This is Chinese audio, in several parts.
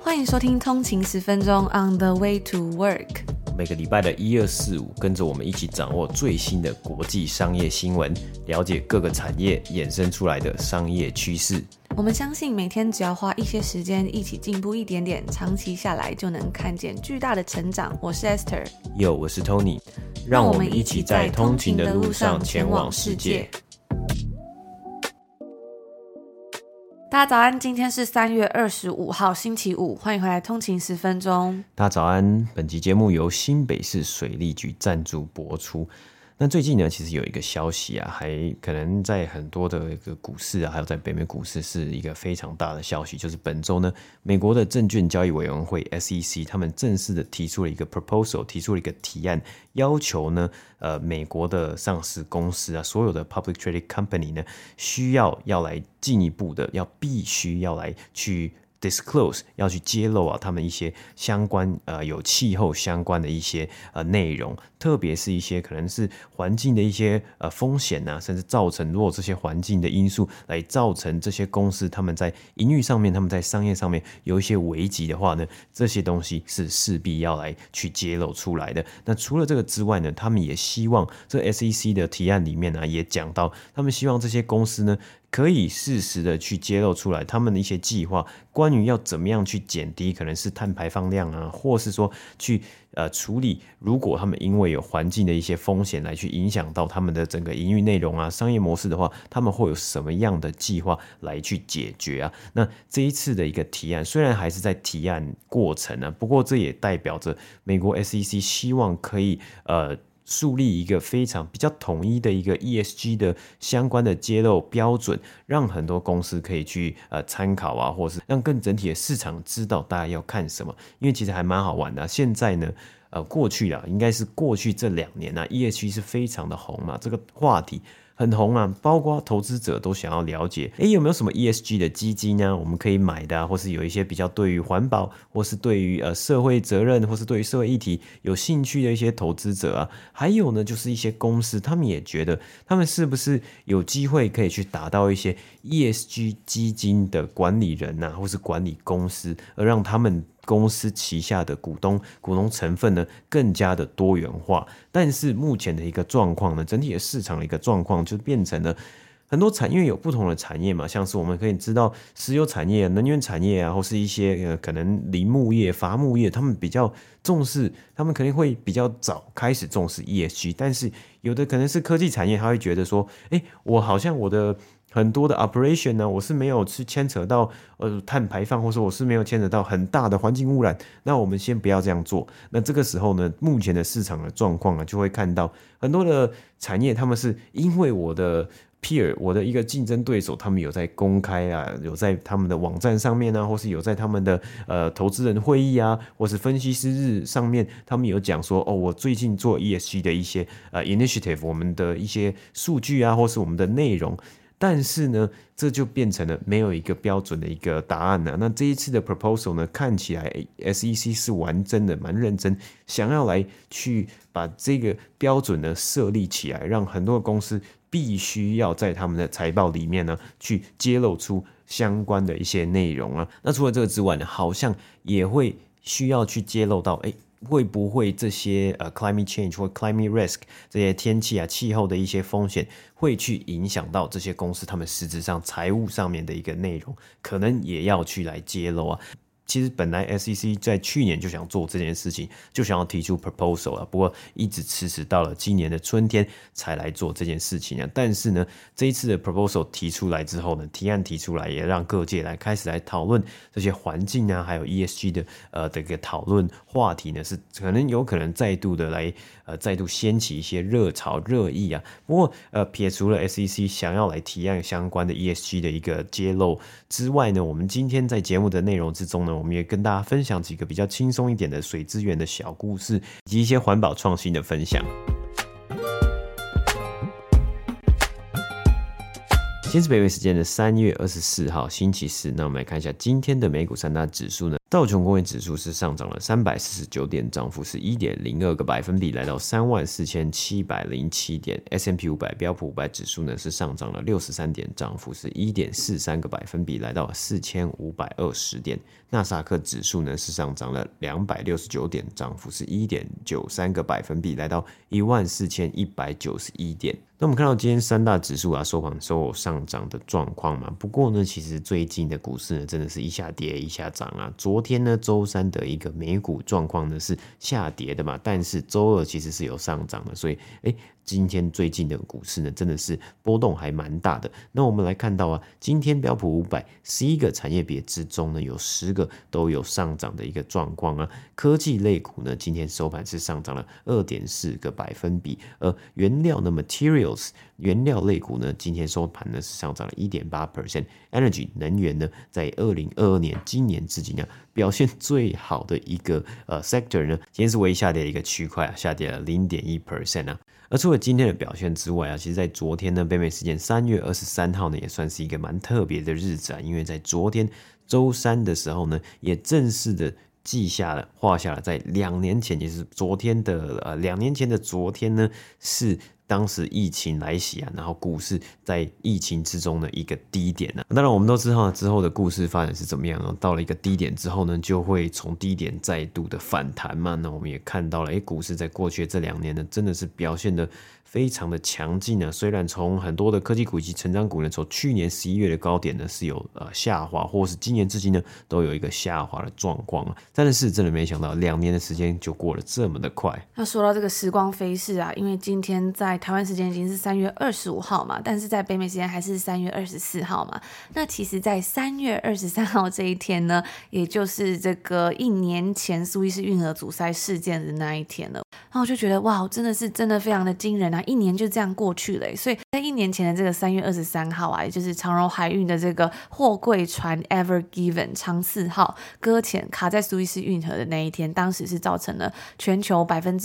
欢迎收听通勤10分钟 On the way to work。 每个礼拜的1、2、4、5，跟着我们一起掌握最新的国际商业新闻，了解各个产业衍生出来的商业趋势。 我们相信每天只要花一些时间一起进步一点点，长期下来就能看见巨大的成长。我是 Esther， 我是 Tony， 让我们一起在通勤的路上前往世界。 大家早安，今天是3月25号星期五，欢迎回来通勤10分钟。 大家早安，本集节目由新北市水利局赞助播出。那最近呢，其实有一个消息啊，还可能在很多的一个股市啊，还有在北美股市是一个非常大的消息，就是本周呢，美国的证券交易委员会 SEC 他们正式的提出了一个 proposal， 提出了一个提案，要求呢，美国的上市公司啊，所有的 public traded company 呢，要来进一步的，必须要来去disclose， 要去揭露啊，他们一些相关有气候相关的一些内容，特别是一些可能是环境的一些风险啊，甚至造成如果这些环境的因素来造成这些公司他们在营运上面，他们在商业上面有一些危机的话呢，这些东西是势必要来去揭露出来的。那除了这个之外呢，他们也希望这 SEC 的提案里面呢，也讲到他们希望这些公司呢，可以适时的去揭露出来他们的一些计划，关于要怎么样去减低可能是碳排放量啊，或是说去处理如果他们因为有环境的一些风险来去影响到他们的整个营运内容啊、商业模式的话，他们会有什么样的计划来去解决啊？那这一次的一个提案虽然还是在提案过程啊，不过这也代表着美国 SEC 希望可以树立一个非常比较统一的一个 ESG 的相关的揭露标准，让很多公司可以去参考啊，或是让更整体的市场知道大家要看什么。因为其实还蛮好玩的现在呢过去啦，应该是过去这2年啊 ESG 是非常的红嘛，这个话题很红啊，包括投资者都想要了解，有没有什么 ESG 的基金啊，我们可以买的啊，或是有一些比较对于环保，或是对于社会责任，或是对于社会议题有兴趣的一些投资者啊，还有呢，就是一些公司，他们也觉得他们是不是有机会可以去打到一些 ESG 基金的管理人啊，或是管理公司，而让他们公司旗下的股东成分呢更加的多元化。但是目前的一个状况呢，整体的市场的一个状况就变成了很多产业有不同的产业嘛，像是我们可以知道石油产业、能源产业啊，或是一些可能林木业、伐木业，他们比较重视，他们可能会比较早开始重视 ESG， 但是有的可能是科技产业，他会觉得说，我好像我的很多的 operation 呢，我是没有去牵扯到碳排放，或者我是没有牵扯到很大的环境污染，那我们先不要这样做。那这个时候呢，目前的市场的状况呢，就会看到很多的产业，他们是因为我的 peer， 我的一个竞争对手，他们有在公开啊，有在他们的网站上面啊，或是有在他们的投资人会议啊，或是分析师日上面，他们有讲说，我最近做 ESG 的一些initiative， 我们的一些数据啊，或是我们的内容。但是呢，这就变成了没有一个标准的一个答案了。那这一次的 proposal 呢，看起来 SEC 是玩真的，蛮认真，想要来去把这个标准呢设立起来，让很多的公司必须要在他们的财报里面呢去揭露出相关的一些内容啊。那除了这个之外呢，好像也会需要去揭露到，会不会这些climate change 或 climate risk 这些天气啊气候的一些风险会去影响到这些公司他们实质上财务上面的一个内容，可能也要去来揭露啊。其实本来 SEC 在去年就想做这件事情，就想要提出 proposal 啊，不过一直迟迟到了今年的春天才来做这件事情啊。但是呢，这一次的 proposal 提出来之后呢，提案提出来，也让各界开始来讨论这些环境啊，还有 ESG 的这个讨论话题呢，是有可能再度的来再度掀起一些热潮热议啊。不过撇除了 SEC 想要来提案相关的 ESG 的一个揭露之外呢，我们今天在节目的内容之中呢，我们也跟大家分享几个比较轻松一点的水资源的小故事，以及一些环保创新的分享。今天是北美时间的3月24号星期四，那我们来看一下今天的美股3大指数呢， 道琼工业指数是上涨了349点，涨幅是 1.02 个百分比，来到34,707点。S&P 500标普500指数呢是上涨了63点，涨幅是 1.43 个百分比，来到4,520点。纳斯达克指数呢是上涨了269点，涨幅是 1.93 个百分比，来到14,191点。那我们看到今天三大指数收盘都有上涨的状况嘛，不过呢其实最近的股市呢真的是一下跌一下涨啊。昨天呢周三的一个美股状况呢是下跌的嘛，但是周二其实是有上涨的，所以今天最近的股市呢真的是波动还蛮大的。那我们来看到今天标普500 11个产业别之中呢有10个都有上涨的一个状况啊。科技类股呢今天收盘是上涨了 2.4 个百分比，而原料呢 materials 原料类股呢今天收盘呢是上涨了 1.8%。 Energy 能源呢在2022年今年至今表现最好的一个sector 呢今天是唯一下跌的一个区块下跌了 0.1% 而除了今天的表现之外其实在昨天呢北美时间3月23号呢也算是一个蛮特别的日子因为在昨天周三的时候呢也正式的画下了在2年前，也是昨天的2年前的昨天呢是当时疫情来袭然后股市在疫情之中的一个低点当然我们都知道之后的故事发展是怎么样到了一个低点之后呢就会从低点再度的反弹嘛。那我们也看到了股市在过去的这2年呢真的是表现的非常的强劲虽然从很多的科技股以及成长股呢从去年11月的高点呢是有下滑，或是今年至今呢都有一个下滑的状况但是真的没想到2年的时间就过了这么的快。 那说到这个时光飞逝因为今天在台湾时间已经是3月25号嘛，但是在北美时间还是3月24号嘛。那其实在3月23号这一天呢也就是这个1年前苏伊士运河阻塞事件的那一天了。然后我就觉得哇真的非常的惊人1年就这样过去了所以在1年前的这个3月23号也就是长荣海运的这个货柜船 Ever Given 长4号搁浅卡在苏伊士运河的那一天，当时是造成了全球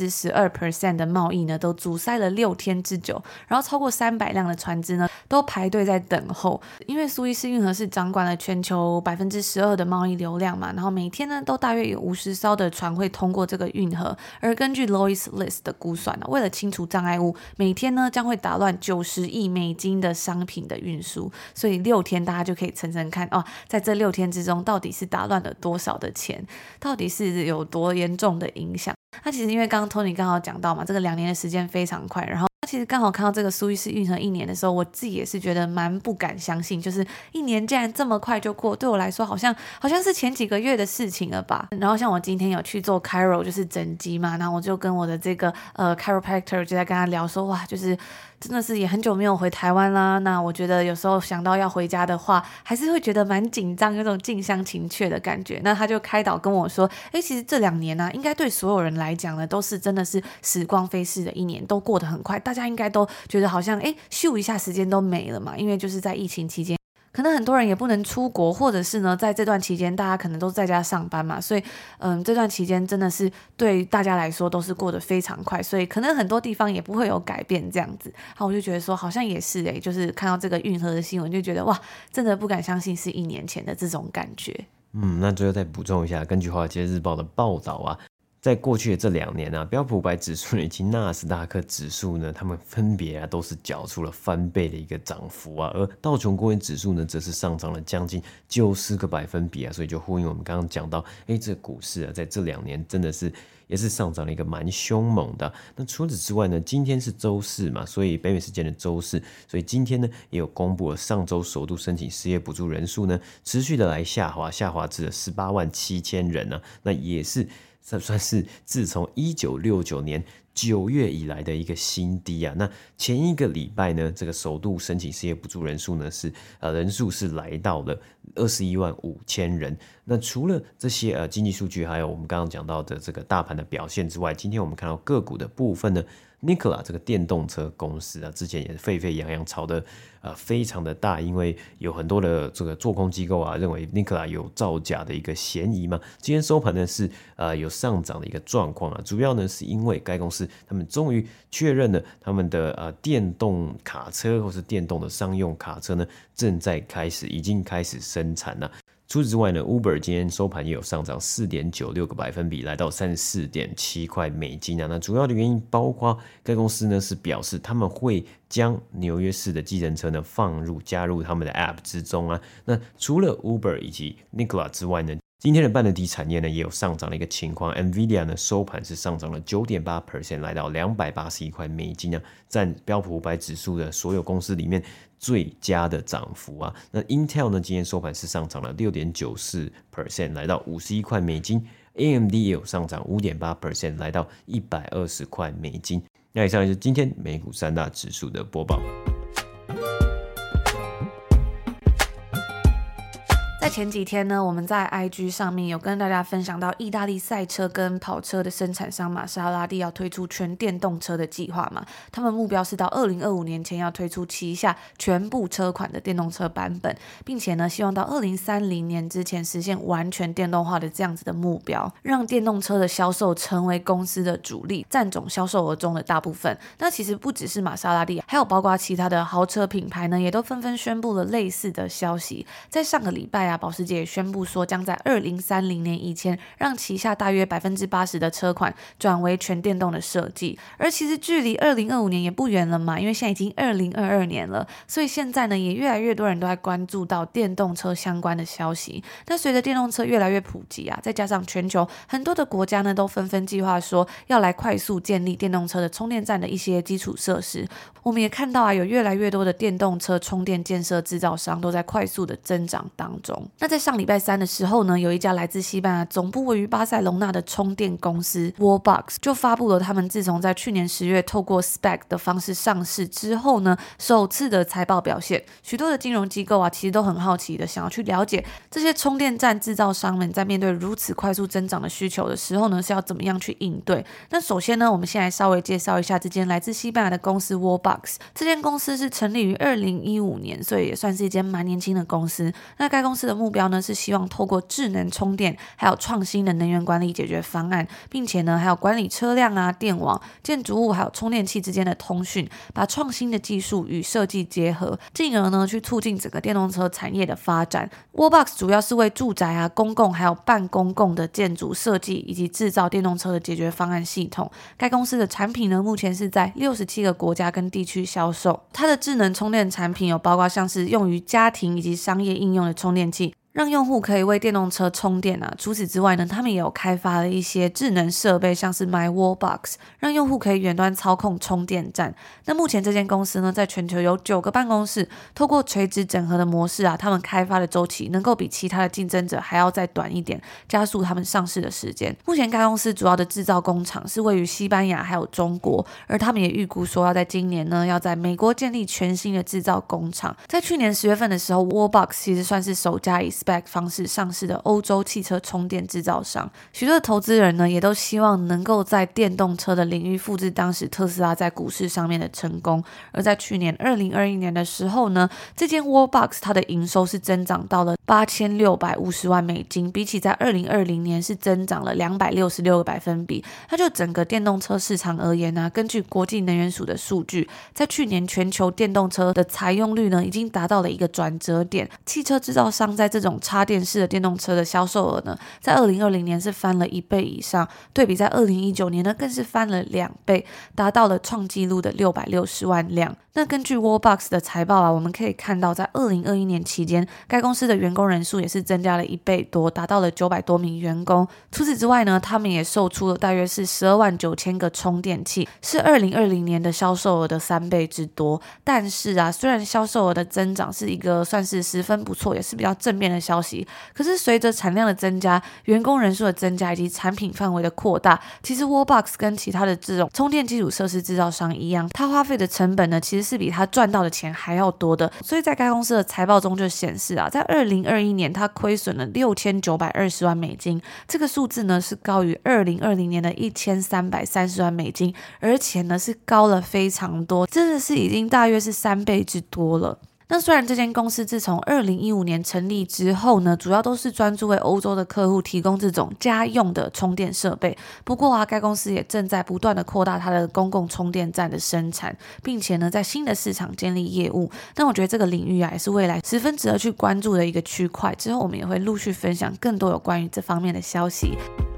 12% 的贸易呢都阻塞了6天之久，然后超过300辆的船只呢都排队在等候。因为苏伊士运河是掌管了全球 12% 的贸易流量嘛，然后每天呢都大约有50艘的船会通过这个运河，而根据 Lois List 的估算为了清除障碍物，每天呢将会打乱90亿美金的商品的运输，所以6天大家就可以层层看在这6天之中到底是打乱了多少的钱，到底是有多严重的影响。那其实因为刚刚 Tony 刚好讲到嘛，这个2年的时间非常快，然后其实刚好看到这个苏伊士运河1年的时候，我自己也是觉得蛮不敢相信，就是1年竟然这么快就过，对我来说好像是前几个月的事情了吧。然后像我今天有去做 Chiro 就是整脊嘛，然后我就跟我的这个chiropractor 就在跟他聊说哇就是真的是也很久没有回台湾啦，那我觉得有时候想到要回家的话还是会觉得蛮紧张，有种近乡情怯的感觉。那他就开导跟我说其实这2年应该对所有人来讲呢都是真的是时光飞逝的1年，都过得很快，大家应该都觉得好像咻一下时间都没了嘛，因为就是在疫情期间可能很多人也不能出国，或者是呢在这段期间大家可能都在家上班嘛，所以这段期间真的是对大家来说都是过得非常快，所以可能很多地方也不会有改变这样子。好，我就觉得说好像也是就是看到这个运河的新闻就觉得哇真的不敢相信是1年前的这种感觉。 那最后再补充一下，根据华尔街日报的报道在过去的这2年标普500指数以及纳斯达克指数呢，他们分别都是缴出了翻倍的一个涨幅而道琼工业指数呢，则是上涨了将近90个百分比所以就呼应我们刚刚讲到，这股市在这2年真的是也是上涨了一个蛮凶猛的。那除此之外呢，今天是周四嘛，所以北美时间的周四，所以今天呢也有公布了上周首度申请失业补助人数呢，持续的来下滑至了18万7千人那也是算是自从1969年9月以来的一个新低那前一个礼拜呢，这个首度申请失业补助人数呢人数是来到了21万5千人。那除了这些经济数据，还有我们刚刚讲到的这个大盘的表现之外，今天我们看到个股的部分呢，Nikola 这个电动车公司之前也是沸沸扬扬炒的非常的大，因为有很多的这个做空机构认为 Nikola 有造假的一个嫌疑嘛。今天收盘呢是有上涨的一个状况主要呢是因为该公司他们终于确认了他们的电动卡车或是电动的商用卡车呢已经开始生产除此之外呢 Uber 今天收盘也有上涨 4.96 个百分比，来到 34.7 块美金啊。那主要的原因包括该公司呢是表示他们会将纽约市的计程车呢加入他们的 App 之中啊。那除了 Uber 以及 Nikola 之外呢，今天的半导体产业呢也有上涨的一个情况 ，NVIDIA 呢收盘是上涨了 9.8%， 来到281块美金啊，占标普500指数的所有公司里面最佳的涨幅啊。那 Intel 呢今天收盘是上涨了 6.94%， 来到51块美金 ，AMD 也有上涨 5.8%， 来到120块美金。那以上就是今天美股3大指数的播报。 在前几天呢，我们在 IG 上面有跟大家分享到意大利赛车跟跑车的生产商玛莎拉蒂要推出全电动车的计划嘛，他们目标是到2025年前要推出旗下全部车款的电动车版本，并且呢，希望到2030年之前实现完全电动化的这样子的目标，让电动车的销售成为公司的主力，占总销售额中的大部分。那其实不只是玛莎拉蒂，还有包括其他的豪车品牌呢，也都纷纷宣布了类似的消息。在上个礼拜啊，保时捷也宣布说，将在2030年以前让旗下大约 80% 的车款转为全电动的设计。而其实距离2025年也不远了嘛，因为现在已经2022年了，所以现在呢，也越来越多人都在关注到电动车相关的消息。那随着电动车越来越普及啊，再加上全球很多的国家呢，都纷纷计划说要来快速建立电动车的充电站的一些基础设施。我们也看到啊，有越来越多的电动车充电建设制造商都在快速的增长当中。那在上礼拜3的时候呢，有一家来自西班牙、总部位于巴塞隆纳的充电公司 Wallbox 就发布了他们自从在去年10月透过 SPAC 的方式上市之后呢，首次的财报表现。许多的金融机构啊，其实都很好奇的想要去了解这些充电站制造商们在面对如此快速增长的需求的时候呢，是要怎么样去应对。那首先呢，我们先来稍微介绍一下这间来自西班牙的公司 Wallbox。这间公司是成立于2015年，所以也算是一间蛮年轻的公司。那该公司的目标呢，是希望透过智能充电还有创新的能源管理解决方案，并且呢还有管理车辆啊、电网、建筑物还有充电器之间的通讯，把创新的技术与设计结合，进而呢去促进整个电动车产业的发展。Wallbox 主要是为住宅啊、公共还有半公共的建筑设计以及制造电动车的解决方案系统。该公司的产品呢，目前是在67个国家跟地区销售。它的智能充电产品有包括像是用于家庭以及商业应用的充电器，让用户可以为电动车充电啊。除此之外呢，他们也有开发了一些智能设备，像是 My Wallbox， 让用户可以远端操控充电站。那目前这间公司呢，在全球有9个办公室，透过垂直整合的模式啊，他们开发的周期能够比其他的竞争者还要再短一点，加速他们上市的时间。目前该公司主要的制造工厂是位于西班牙还有中国，而他们也预估说要在今年呢，要在美国建立全新的制造工厂。在去年10月份的时候 ，Wallbox 其实算是首家以SPAC 方式上市的欧洲汽车充电制造商。许多的投资人呢，也都希望能够在电动车的领域复制当时特斯拉在股市上面的成功。而在去年2021年的时候呢，这间 Wallbox 它的营收是增长到了8650万美金，比起在2020年是增长了266个百分比。它就整个电动车市场而言呢，根据国际能源署的数据，在去年全球电动车的采用率呢，已经达到了一个转折点。汽车制造商在这种插电式的电动车的销售额呢，在2020年是翻了1倍以上，对比在2019年呢，更是翻了2倍，达到了创纪录的660万辆。那根据 Wallbox 的财报啊，我们可以看到在2021年期间，该公司的员工人数也是增加了1倍多，达到了900多名员工。除此之外呢，他们也售出了大约是12万9千个充电器，是2020年的销售额的3倍之多。但是啊，虽然销售额的增长是一个算是十分不错，也是比较正面的消息，可是随着产量的增加、员工人数的增加以及产品范围的扩大，其实 Wallbox 跟其他的这种充电基础设施制造商一样，它花费的成本呢，其实是比它赚到的钱还要多的。所以在该公司的财报中就显示啊，在2021年它亏损了6920万美金，这个数字呢是高于2020年的1330万美金，而且呢是高了非常多，真的是已经大约是3倍之多了。 那虽然这间公司自从2015年成立之后呢，主要都是专注为欧洲的客户提供这种家用的充电设备，不过该公司也正在不断的扩大它的公共充电站的生产，并且呢在新的市场建立业务。但我觉得这个领域也是未来十分值得去关注的一个区块，之后我们也会陆续分享更多有关于这方面的消息。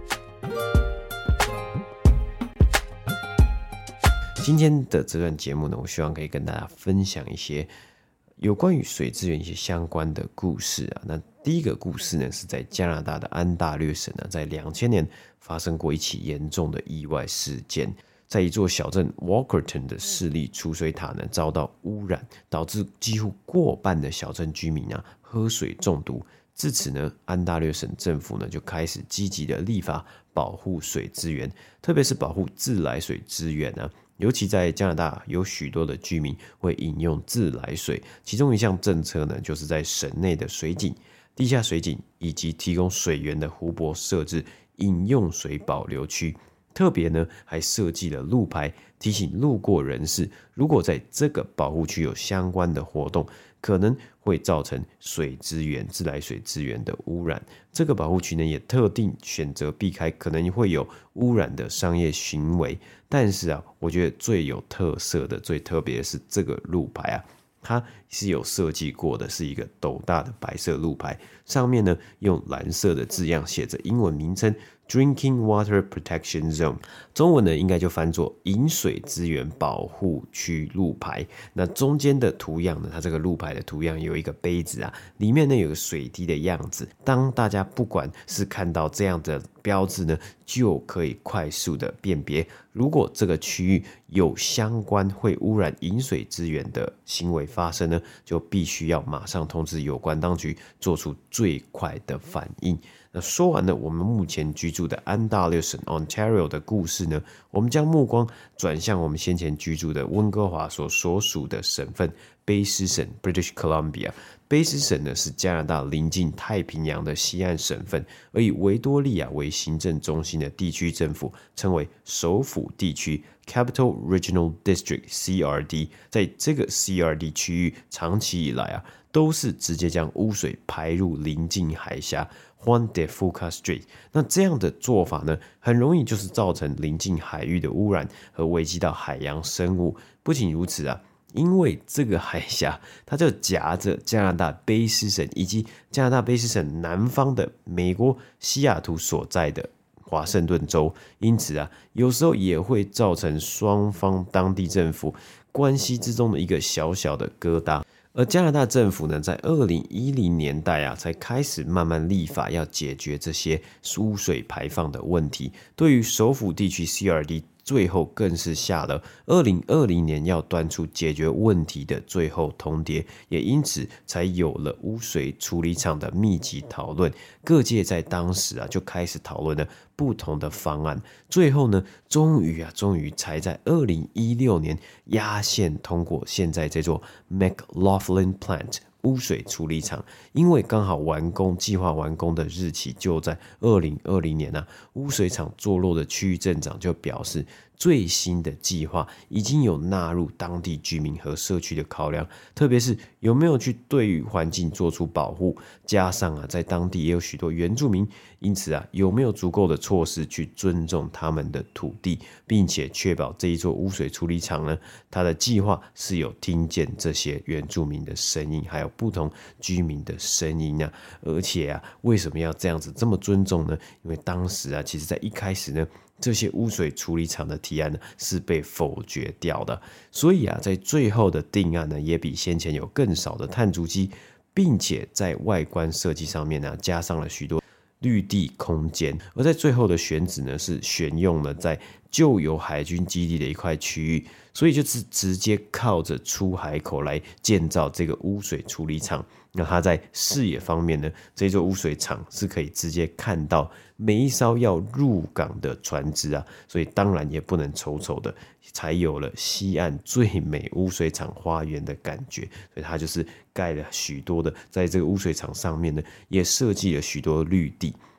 今天的这段节目呢，我希望可以跟大家分享一些有关于水资源一些相关的故事啊。那第一个故事呢，是在加拿大的安大略省呢，在2000年发生过一起严重的意外事件，在一座小镇 Walkerton 的市立储水塔呢遭到污染，导致几乎过半的小镇居民喝水中毒。自此呢，安大略省政府呢就开始积极的立法保护水资源，特别是保护自来水资源啊。尤其在加拿大，有许多的居民会饮用自来水，其中一项政策呢，就是在省内的水井、地下水井以及提供水源的湖泊设置饮用水保留区。特别呢，还设计了路牌，提醒路过人士，如果在这个保护区有相关的活动，可能会造成水资源、自来水资源的污染。这个保护区呢，也特定选择避开可能会有污染的商业行为。但是我觉得最有特色的、最特别的是这个路牌它是有设计过的，是一个斗大的白色路牌，上面呢用蓝色的字样写着英文名称 Drinking Water Protection Zone， 中文呢应该就翻作饮水资源保护区路牌。那中间的图样呢，它这个路牌的图样有一个杯子里面呢有个水滴的样子。当大家不管是看到这样的标志呢，就可以快速的辨别，如果这个区域有相关会污染饮水资源的行为发生呢，就必须要马上通知有关当局，做出最快的反应。那说完了我们目前居住的安大略省 Ontario 的故事呢，我们将目光转向我们先前居住的温哥华所属的省份卑诗省 British Columbia。卑诗省呢是加拿大临近太平洋的西岸省份，而以维多利亚为行政中心的地区政府称为首府地区 Capital Regional District CRD。在这个 CRD 区域长期以来都是直接将污水排入邻近海峡 Juan de Fuca Strait。 那这样的做法呢，很容易就是造成邻近海域的污染和危及到海洋生物。不仅如此因为这个海峡它就夹着加拿大卑诗省以及加拿大卑诗省南方的美国西雅图所在的华盛顿州，因此有时候也会造成双方当地政府关系之中的一个小小的疙瘩。而加拿大政府呢，在2010年代才开始慢慢立法，要解决这些污水排放的问题。对于首府地区 CRD， 最后更是下了2020年要端出解决问题的最后通牒，也因此才有了污水处理厂的密集讨论。各界在当时就开始讨论了不同的方案，最后呢，终于才在2016年压线通过现在这座 McLaughlin Plant 污水处理厂。因为刚好计划完工的日期就在2020年污水厂坐落的区域镇长就表示，最新的计划已经有纳入当地居民和社区的考量，特别是有没有去对于环境做出保护，加上在当地也有许多原住民，因此有没有足够的措施去尊重他们的土地，并且确保这一座污水处理厂呢，它的计划是有听见这些原住民的声音，还有不同居民的声音而且为什么要这样子这么尊重呢？因为当时其实在一开始呢，这些污水处理厂的提案呢是被否决掉的，所以在最后的定案呢，也比先前有更少的碳足迹，并且在外观设计上面呢，加上了许多绿地空间。而在最后的选址呢，是选用了在旧有海军基地的一块区域，所以就是直接靠着出海口来建造这个污水处理厂。那它在视野方面呢，这座污水厂是可以直接看到每一艘要入港的船只所以当然也不能丑丑的，才有了西岸最美污水厂花园的感觉。所以它就是盖了许多的，在这个污水厂上面呢，也设计了许多绿地。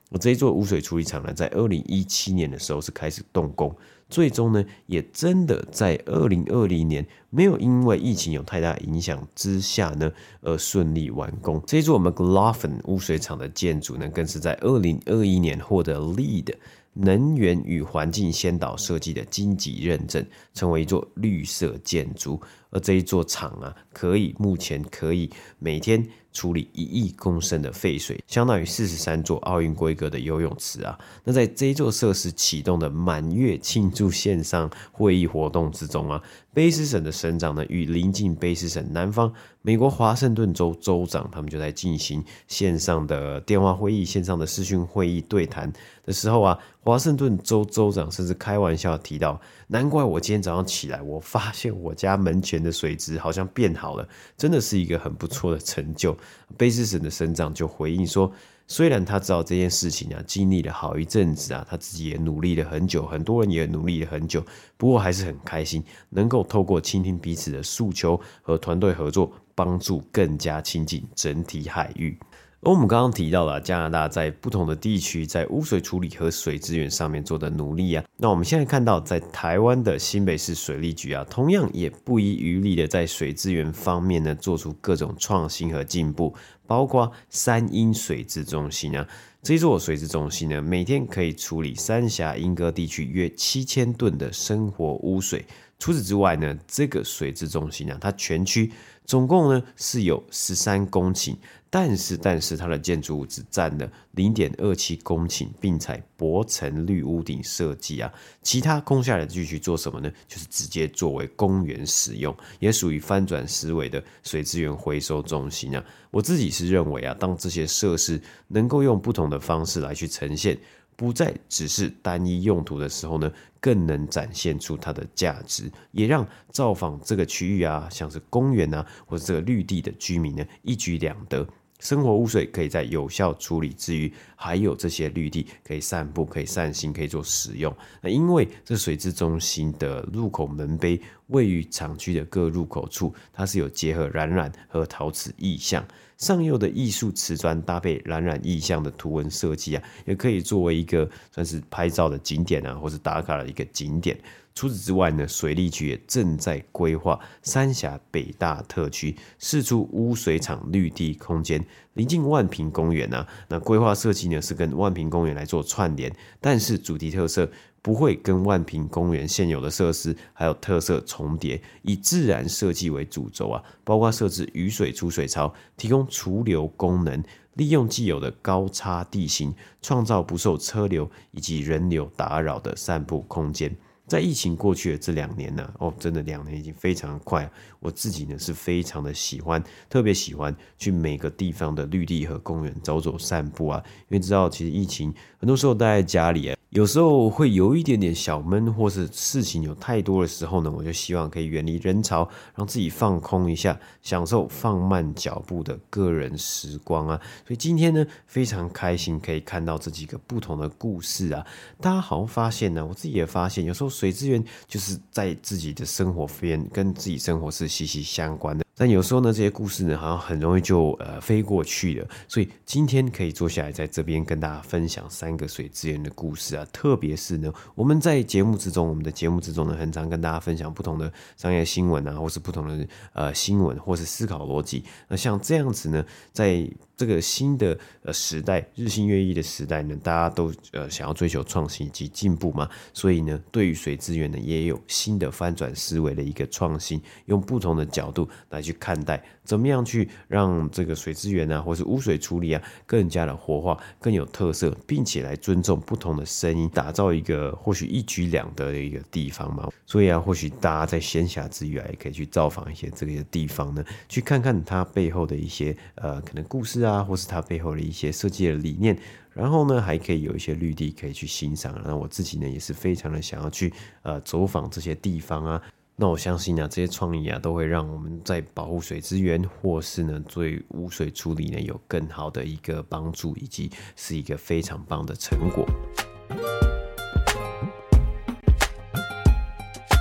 这一座污水处理厂呢，在2017年的时候是开始动工，最终呢也真的在2020年没有因为疫情有太大影响之下呢而顺利完工。这一座 McLaughlin 污水厂的建筑呢，更是在2021年获得 LEED 能源与环境先导设计的金级认证，成为一座绿色建筑。而这一座厂啊，目前可以每天处理1亿公升的废水，相当于43座奥运规格的游泳池啊。那在这一座设施启动的满月庆祝线上会议活动之中啊，卑诗省的省长呢与邻近卑诗省南方美国华盛顿州州长，他们就在进行线上的电话会议、线上的视讯会议对谈的时候啊，华盛顿州州长甚至开玩笑提到，难怪我今天早上起来，我发现我家门前的水质好像变好了，真的是一个很不错的成就。卑诗省的省长就回应说，虽然他知道这件事情啊经历了好一阵子啊，他自己也努力了很久，很多人也努力了很久，不过还是很开心能够透过倾听彼此的诉求和团队合作，帮助更加亲近整体海域。而我们刚刚提到了加拿大在不同的地区在污水处理和水资源上面做的努力啊，那我们现在看到在台湾的新北市水利局啊，同样也不遗余力的在水资源方面呢做出各种创新和进步，包括三英水质中心啊，这一座水质中心呢，每天可以处理三峡莺歌地区约7000吨的生活污水。除此之外呢，这个水质中心啊，它全区总共呢是有13公顷，但是它的建筑物只占了0.27公顷，并采薄层绿屋顶设计啊。其他空下来的地区做什么呢？就是直接作为公园使用，也属于翻转思维的水资源回收中心啊。我自己是认为啊，当这些设施能够用不同的方式来去呈现，不再只是单一用途的时候呢，更能展现出它的价值，也让造访这个区域啊，像是公园啊，或者这个绿地的居民呢，一举两得。生活污水可以在有效处理之余，还有这些绿地可以散步、可以散心、可以做使用。那因为这水质中心的入口门碑位于厂区的各入口处，它是有结合染染和陶瓷意象。上釉的艺术瓷砖搭配染染意象的图文设计啊，也可以作为一个算是拍照的景点啊，或是打卡的一个景点。除此之外呢，水利局也正在规划三峡北大特区释出污水厂绿地空间，临近万平公园啊。那规划设计呢是跟万平公园来做串联，但是主题特色不会跟万平公园现有的设施还有特色重叠，以自然设计为主轴啊，包括设置雨水出水槽，提供除流功能，利用既有的高差地形，创造不受车流以及人流打扰的散步空间。在疫情过去的这2年呢，真的2年已经非常快。我自己呢是非常的喜欢，特别喜欢去每个地方的绿地和公园走走散步啊，因为知道其实疫情很多时候待在家里啊，有时候会有一点点小闷，或是事情有太多的时候呢，我就希望可以远离人潮，让自己放空一下，享受放慢脚步的个人时光啊。所以今天呢，非常开心可以看到这几个不同的故事啊。大家好像发现呢，我自己也发现，有时候水资源就是在自己的生活边，跟自己生活是息息相关的。但有时候呢，这些故事呢，好像很容易就飞过去了。所以今天可以坐下来在这边跟大家分享3个水资源的故事啊。特别是呢，我们在节目之中，呢，很常跟大家分享不同的商业新闻啊，或是不同的新闻，或是思考逻辑。那像这样子呢，在这个新的时代，日新月异的时代呢，大家都想要追求创新以及进步嘛，所以呢，对于水资源呢，也有新的翻转思维的一个创新，用不同的角度来去看待，怎么样去让这个水资源啊，或是污水处理啊，更加的活化，更有特色，并且来尊重不同的声音，打造一个或许一举两得的一个地方嘛。所以啊，或许大家在闲暇之余啊，也可以去造访一些这个地方呢，去看看它背后的一些可能故事啊，或是它背后的一些设计的理念。然后呢，还可以有一些绿地可以去欣赏。那我自己呢，也是非常的想要去走访这些地方啊。那我相信啊，这些创意啊，都会让我们在保护水资源，或是呢对污水处理呢有更好的一个帮助，以及是一个非常棒的成果。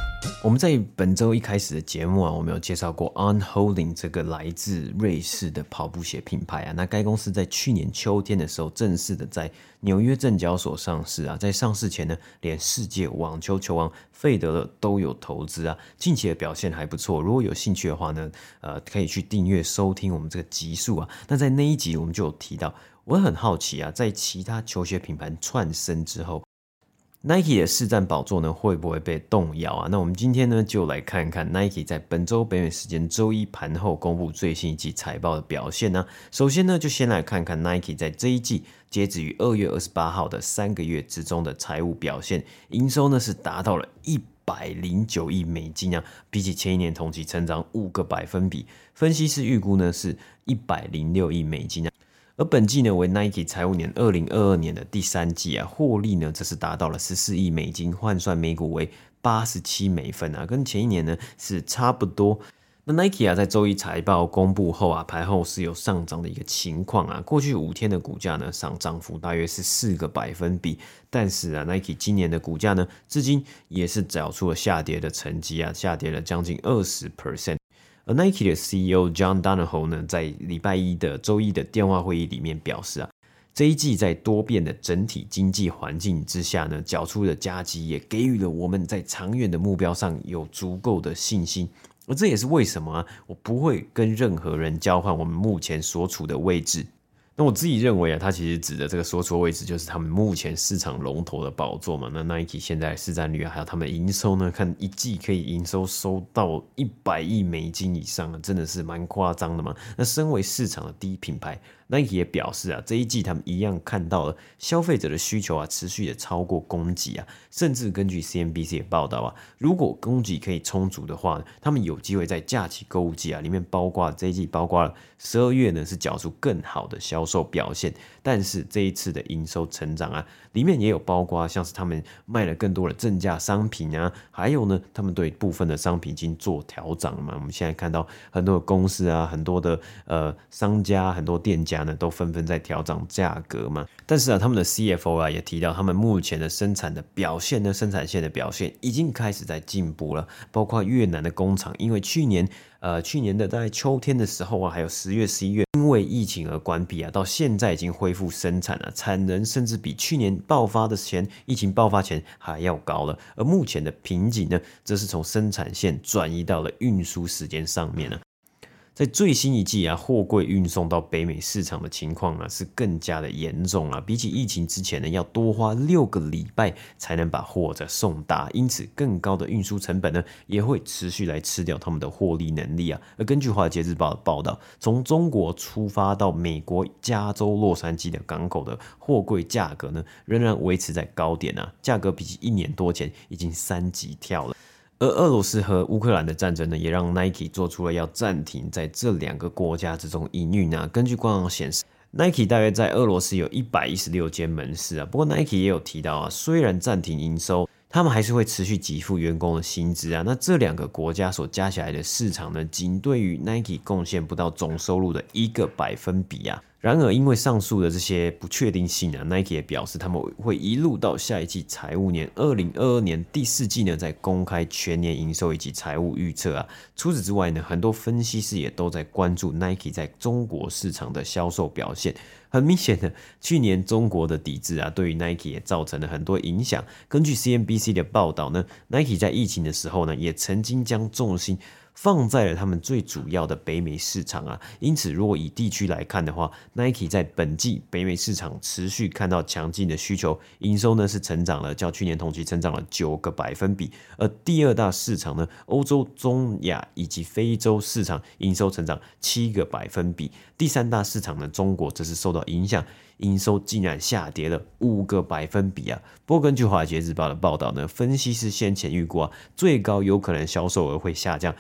我们在本周一开始的节目啊，我们有介绍过 On Holding 这个来自瑞士的跑步鞋品牌啊。那该公司在去年秋天的时候，正式的在纽约证交所上市啊。在上市前呢，连世界网球球王费德勒都有投资啊。近期的表现还不错，如果有兴趣的话呢，可以去订阅收听我们这个集数啊。那在那一集我们就有提到，我很好奇啊，在其他球鞋品牌窜升之后， Nike 的市占宝座呢会不会被动摇啊？那我们今天呢就来看看 Nike 在本周北美时间周一盘后公布最新一季财报的表现呢。首先呢就先来看看 Nike 在这一季截止于2月28号的3个月之中的财务表现，营收呢是达到了109亿美金啊，比起前一年同期成长5个百分比，分析师预估呢是106亿美金啊。而本季呢为 Nike 财务年2022年的第3季啊，获利呢则是达到了14亿美金，换算每股为87美分啊，跟前一年呢是差不多。那 Nike 啊在周一财报公布后啊，盘后是有上涨的一个情况啊，过去5天的股价呢涨幅大约是4个百分比，但是啊 Nike 今年的股价呢至今也是找出了下跌的成绩啊，下跌了将近20%。而 Nike 的 CEO John Donahoe 呢，在礼拜一的周一的电话会议里面表示啊，这一季在多变的整体经济环境之下呢，缴出的佳绩也给予了我们在长远的目标上有足够的信心。而这也是为什么啊，我不会跟任何人交换我们目前所处的位置。那我自己认为啊，它其实指的这个说出的位置就是他们目前市场龙头的宝座嘛。那 Nike 现在的市占率啊，还有他们营收呢，看一季可以营收到100亿美金以上啊，真的是蛮夸张的嘛。那身为市场的第一品牌， Nike 也表示啊，这一季他们一样看到了消费者的需求啊，持续的超过供给啊，甚至根据 CNBC 的报道啊，如果供给可以充足的话，他们有机会在假期购物季啊里面这一季包括了12月呢是缴出更好的销售表现。但是这一次的营收成长啊，里面也有包括像是他们卖了更多的正价商品啊，还有呢他们对部分的商品已经做调整了嘛。我们现在看到很多的公司啊，很多的商家，很多店家呢都纷纷在调整价格嘛。但是啊，他们的 CFO 啊也提到，他们目前的生产的表现呢，生产线的表现已经开始在进步了，包括越南的工厂，因为去年的在秋天的时候啊，还有10月、11月，因为疫情而关闭啊，到现在已经恢复生产了，产能甚至比去年疫情爆发前还要高了。而目前的瓶颈呢，则是从生产线转移到了运输时间上面了。在最新一季啊，货柜运送到北美市场的情况啊是更加的严重啊，比起疫情之前呢，要多花6个礼拜才能把货再送达，因此更高的运输成本呢，也会持续来吃掉他们的获利能力啊。而根据华尔街日报的报道，从中国出发到美国加州洛杉矶的港口的货柜价格呢，仍然维持在高点啊，价格比起1年多前已经3级跳了。而俄罗斯和乌克兰的战争呢，也让 Nike 做出了要暂停在这2个国家之中营运啊。根据官网显示， Nike 大约在俄罗斯有116间门市啊。不过 Nike 也有提到啊，虽然暂停营收，他们还是会持续给付员工的薪资啊。那这2个国家所加起来的市场呢，仅对于 Nike 贡献不到总收入的1个百分比啊。然而，因为上述的这些不确定性啊 ，Nike 也表示他们会一路到下一季财务年2022年第4季呢，再公开全年营收以及财务预测啊。除此之外呢，很多分析师也都在关注 Nike 在中国市场的销售表现。很明显的，去年中国的抵制啊，对于 Nike 也造成了很多影响。根据 CNBC 的报道呢 ，Nike 在疫情的时候呢，也曾经将重心放在了他们最主要的北美市场啊，因此如果以地区来看的话， Nike 在本季北美市场持续看到强劲的需求，营收呢是成长了，较去年同期成长了9个百分比。而第2大市场呢，欧洲、中亚以及非洲市场营收成长7个百分比。第3大市场呢，中国则是受到影响，营收竟然下跌了5个百分比啊。不过根据华尔街日报的报道呢，分析师先前预估啊，最高有可能销售额会下降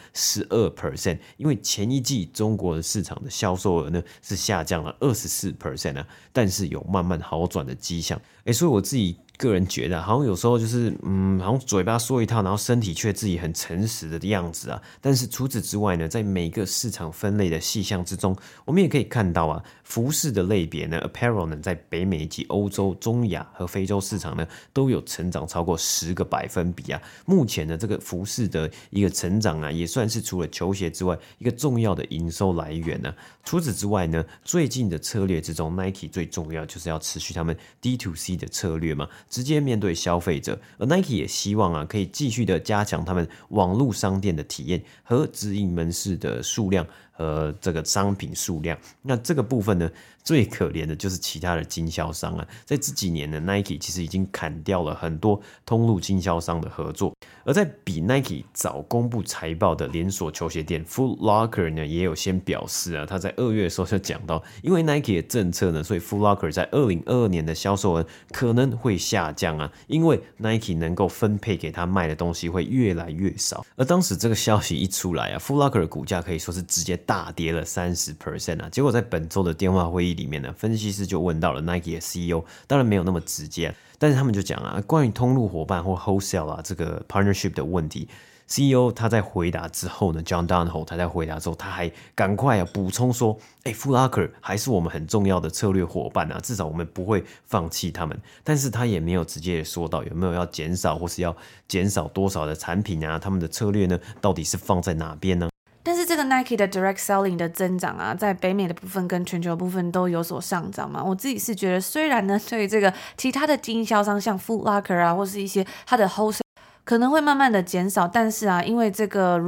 12%，因为前一季中国的市场的销售额呢是下降了24%啊，但是有慢慢好转的迹象。所以我自己个人觉得好像有时候就是好像嘴巴说一套，然后身体却自己很诚实的样子啊。但是除此之外呢，在每个市场分类的细项之中，我们也可以看到啊，服饰的类别呢 ，apparel 呢，在北美及欧洲、中亚和非洲市场呢，都有成长超过10个百分比啊。目前呢，这个服饰的一个成长啊，也算是除了球鞋之外一个重要的营收来源呢。除此之外呢，最近的策略之中 ，Nike 最重要就是要持续他们 D2C 的策略嘛，直接面对消费者。而 Nike 也希望啊，可以继续的加强他们网络商店的体验和直营门市的数量和这个商品数量。那这个部分呢，最可怜的就是其他的经销商啊，在这几年呢 ，Nike 其实已经砍掉了很多通路经销商的合作。而在比 Nike 早公布财报的连锁球鞋店 Foot Locker 呢，也有先表示啊，他在2月的时候就讲到，因为 Nike 的政策呢，所以 Foot Locker 在2022年的销售额可能会下降啊，因为 Nike 能够分配给他卖的东西会越来越少。而当时这个消息一出来啊 ，Foot Locker 的股价可以说是直接大跌了30% 啊。结果在本周的电话会议里面呢，分析师就问到了 Nike 的 CEO， 当然没有那么直接，但是他们就讲啊，关于通路伙伴或 wholesale 啊这个 partnership 的问题。CEO 他在回答之后呢 ，John Donahoe 他在回答之后，他还赶快补充说，Foot Locker 还是我们很重要的策略伙伴啊，至少我们不会放弃他们。但是他也没有直接说到有没有要减少或是要减少多少的产品啊，他们的策略呢到底是放在哪边呢？ 但是这个 Nike 的 Direct Selling 的增长啊，在北美的部分跟全球的部分都有所上涨嘛。我自己是觉得，虽然呢，对于这个其他的经销商，像 Foot Locker 啊，或是一些它的 wholesale。可能会慢慢的减少，但是啊，因为这个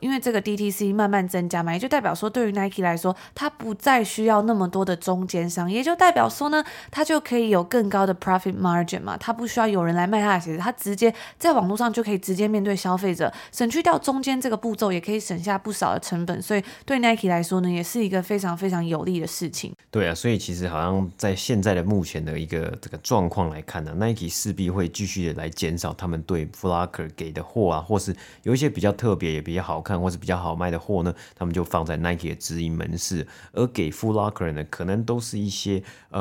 DTC 慢慢增加嘛，也就代表说对于 Nike 来说，它不再需要那么多的中间商，也就代表说呢，它就可以有更高的 profit margin 嘛，它不需要有人来卖它的鞋子，它直接在网络上就可以直接面对消费者，省去掉中间这个步骤，也可以省下不少的成本，所以对 Nike 来说呢，也是一个非常非常有利的事情。 对啊，所以其实好像在现在的目前的一个这个状况来看呢，Nike 势必会继续的来减少他们对 Foot Locker 给的货啊，或是有一些比较特别也比较好看或是比较好卖的货呢，他们就放在 Nike 的直营门市，而给 Foot Locker 呢，可能都是一些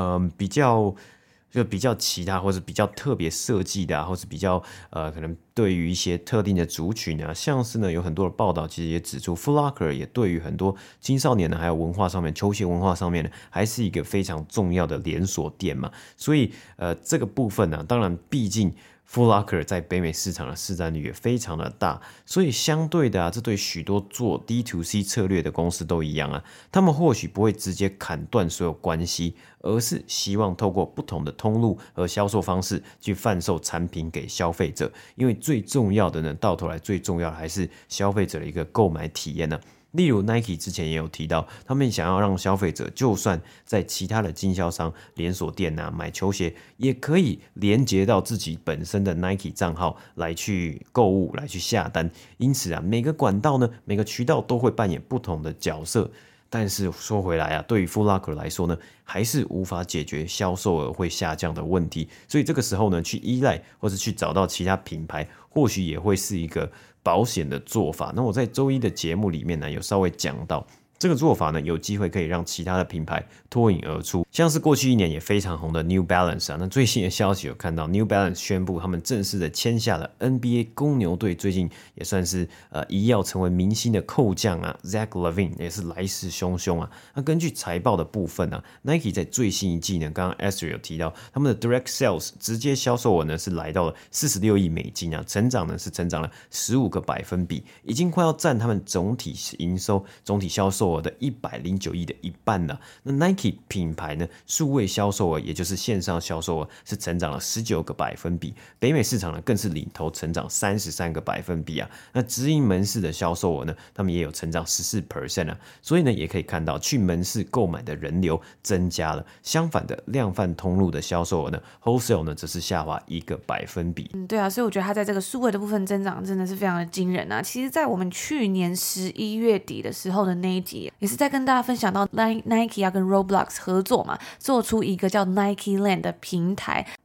比较其他或是比较特别设计的啊，或是比较可能对于一些特定的族群啊，像是呢有很多的报道其实也指出 Foot Locker 也对于很多青少年呢还有文化上面球鞋文化上面呢还是一个非常重要的连锁店嘛，所以这个部分呢，当然毕竟Foot Locker 在北美市场的市占率也非常的大，所以相对的啊，这对许多做 D2C 策略的公司都一样啊，他们或许不会直接砍断所有关系，而是希望透过不同的通路和销售方式去贩售产品给消费者，因为最重要的呢，到头来最重要的还是消费者的一个购买体验呢。例如 Nike 之前也有提到，他们想要让消费者就算在其他的经销商连锁店啊买球鞋，也可以连接到自己本身的 Nike 账号来去购物来去下单。因此啊，每个管道呢，每个渠道都会扮演不同的角色。但是说回来啊，对于 Foot Locker 来说呢，还是无法解决销售额会下降的问题。所以这个时候呢，去依赖或是去找到其他品牌，或许也会是一个保险的做法。那我在周一的节目里面呢，有稍微讲到。这个做法呢，有机会可以让其他的品牌脱颖而出，像是过去1年也非常红的 New Balance 啊。那最新的消息有看到 New Balance 宣布他们正式的签下了 NBA 公牛队最近也算是一跃成为明星的扣将啊 Zach LaVine 也是来势汹汹啊。那根据财报的部分啊 ，Nike 在最新一季呢，刚刚 Esther 有提到他们的 Direct Sales 直接销售额呢是来到了46亿美金啊，成长呢是成长了15个百分比，已经快要占他们总体营收、总体销售额的109亿的一半了。那 Nike 品牌呢，数位销售额也就是线上销售额是成长了19个百分比，北美市场呢更是领头成长33个百分比啊。那直营门市的销售额呢，他们也有成长14% 啊。所以呢，也可以看到去门市购买的人流增加了。相反的，量贩通路的销售额呢 ，Wholesale 呢则是下滑1个百分比。 对啊，所以我觉得它在这个数位的部分增长真的是非常的惊人啊。其实，在我们去年11月底的时候的那一集，也是在跟大家分享到 Nike 要跟 Roblox 合作嘛，做出一个叫 Nike Land 的平台。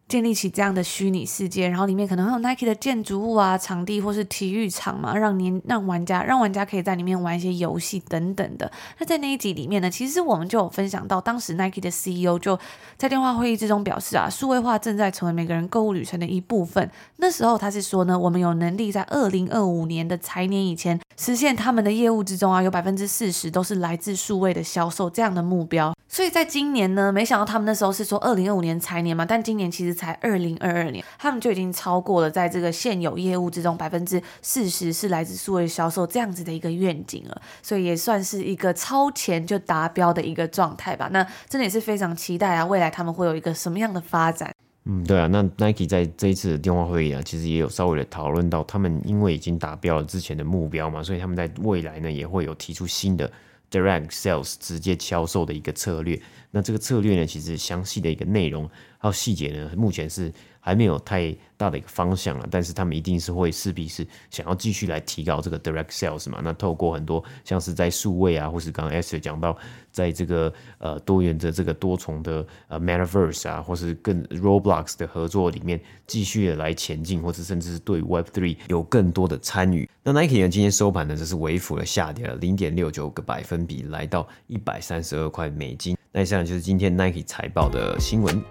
建立起这样的虚拟世界，然后里面可能会有 Nike 的建筑物啊、场地或是体育场嘛，让玩家可以在里面玩一些游戏等等的。那在那一集里面呢，其实我们就有分享到，当时 Nike 的 CEO 就在电话会议之中表示啊，数位化正在成为每个人购物旅程的一部分。那时候他是说呢，我们有能力在2025年的财年以前实现他们的业务之中啊，有40%都是来自数位的销售这样的目标。所以在今年呢，没想到他们那时候是说2025年财年嘛，但今年其实才2022年，他们就已经超过了在这个现有业务之中40%是来自数位销售这样子的一个愿景了，所以也算是一个超前就达标的一个状态吧。那真的也是非常期待啊，未来他们会有一个什么样的发展。 对啊，那 Nike 在这一次的电话会议啊，其实也有稍微的讨论到，他们因为已经达标了之前的目标嘛，所以他们在未来呢也会有提出新的 Direct Sales 直接销售的一个策略。那这个策略呢，其实详细的一个内容还有细节呢，目前是还没有太大的一个方向了，但是他们一定是会势必是想要继续来提高这个 Direct Sales 嘛。那透过很多像是在数位啊，或是刚刚 Esther 讲到，在这个多元的这个多重的Metaverse 啊，或是更 Roblox 的合作里面继续的来前进，或是甚至是对 Web3 有更多的参与。那 Nike 呢今天收盘呢，这是微幅的下跌了0.69个百分比，来到132块美金。那以上就是今天 Nike 财报的新闻。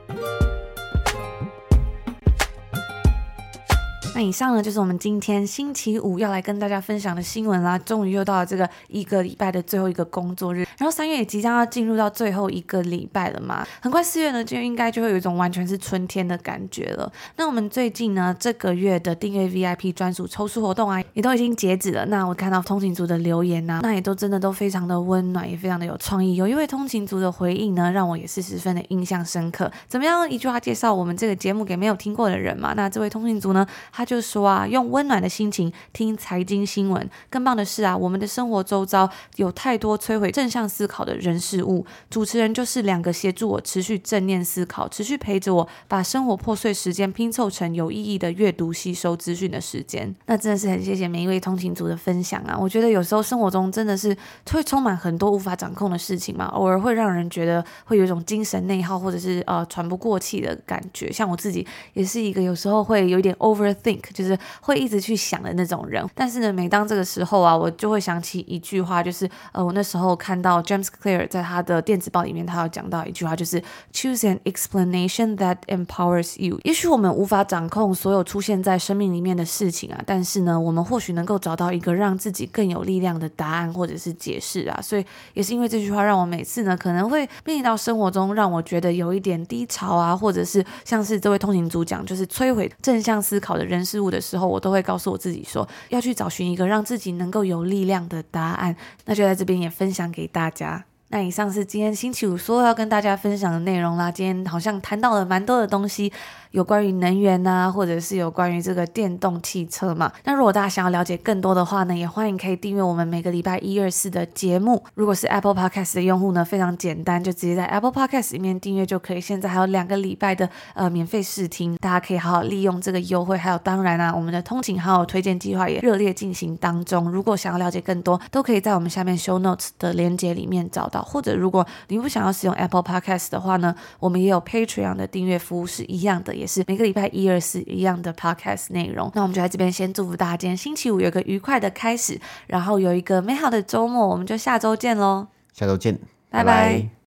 那以上呢就是我们今天星期五要来跟大家分享的新闻啦，终于又到了这个一个礼拜的最后一个工作日，然后3月也即将要进入到最后一个礼拜了嘛，很快4月呢就应该就会有一种完全是春天的感觉了。那我们最近呢这个月的订阅 VIP 专属抽书活动啊也都已经截止了，那我看到通勤族的留言啊，那也都真的都非常的温暖，也非常的有创意。有一位通勤族的回应呢让我也是十分的印象深刻，怎么样一句话介绍我们这个节目给没有听过的人嘛，那这位通勤族呢他就说啊，用温暖的心情听财经新闻，更棒的是啊，我们的生活周遭有太多摧毁正向思考的人事物，主持人就是2个协助我持续正念思考，持续陪着我把生活破碎时间拼凑成有意义的阅读吸收资讯的时间。那真的是很谢谢每一位通勤族的分享啊，我觉得有时候生活中真的是会充满很多无法掌控的事情嘛，偶尔会让人觉得会有一种精神内耗，或者是喘不过气的感觉。像我自己也是一个有时候会有一点 overthink， 就是会一直去想的那种人，但是呢每当这个时候啊，我就会想起一句话，就是我那时候看到 James Clear 在他的电子报里面他有讲到一句话，就是 Choose an explanation that empowers you。 也许我们无法掌控所有出现在生命里面的事情啊，但是呢我们或许能够找到一个让自己更有力量的答案或者是解释啊。所以也是因为这句话让我每次呢可能会面临到生活中让我觉得有一点低潮啊，或者是像是这位通勤族讲就是摧毁正向思考的人事物的时候，我都会告诉我自己说要去找寻一个让自己能够有力量的答案。那就在这边也分享给大家。那以上是今天星期五说要跟大家分享的内容啦。今天好像谈到了蛮多的东西，有关于能源啊，或者是有关于这个电动汽车嘛。那如果大家想要了解更多的话呢，也欢迎可以订阅我们每个礼拜1、2、4的节目。如果是 Apple Podcast 的用户呢，非常简单，就直接在 Apple Podcast 里面订阅就可以。现在还有2个礼拜的免费试听，大家可以好好利用这个优惠。还有当然啊，我们的通勤好友推荐计划也热烈进行当中。如果想要了解更多，都可以在我们下面 Show Notes 的连结里面找到。或者如果你不想要使用 Apple Podcast 的话呢，我们也有 Patreon 的订阅服务是一样的，也是每个礼拜1、2、4一样的 Podcast 内容。那我们就在这边先祝福大家今天星期五有一个愉快的开始，然后有一个美好的周末，我们就下周见咯。 下周见， 拜拜。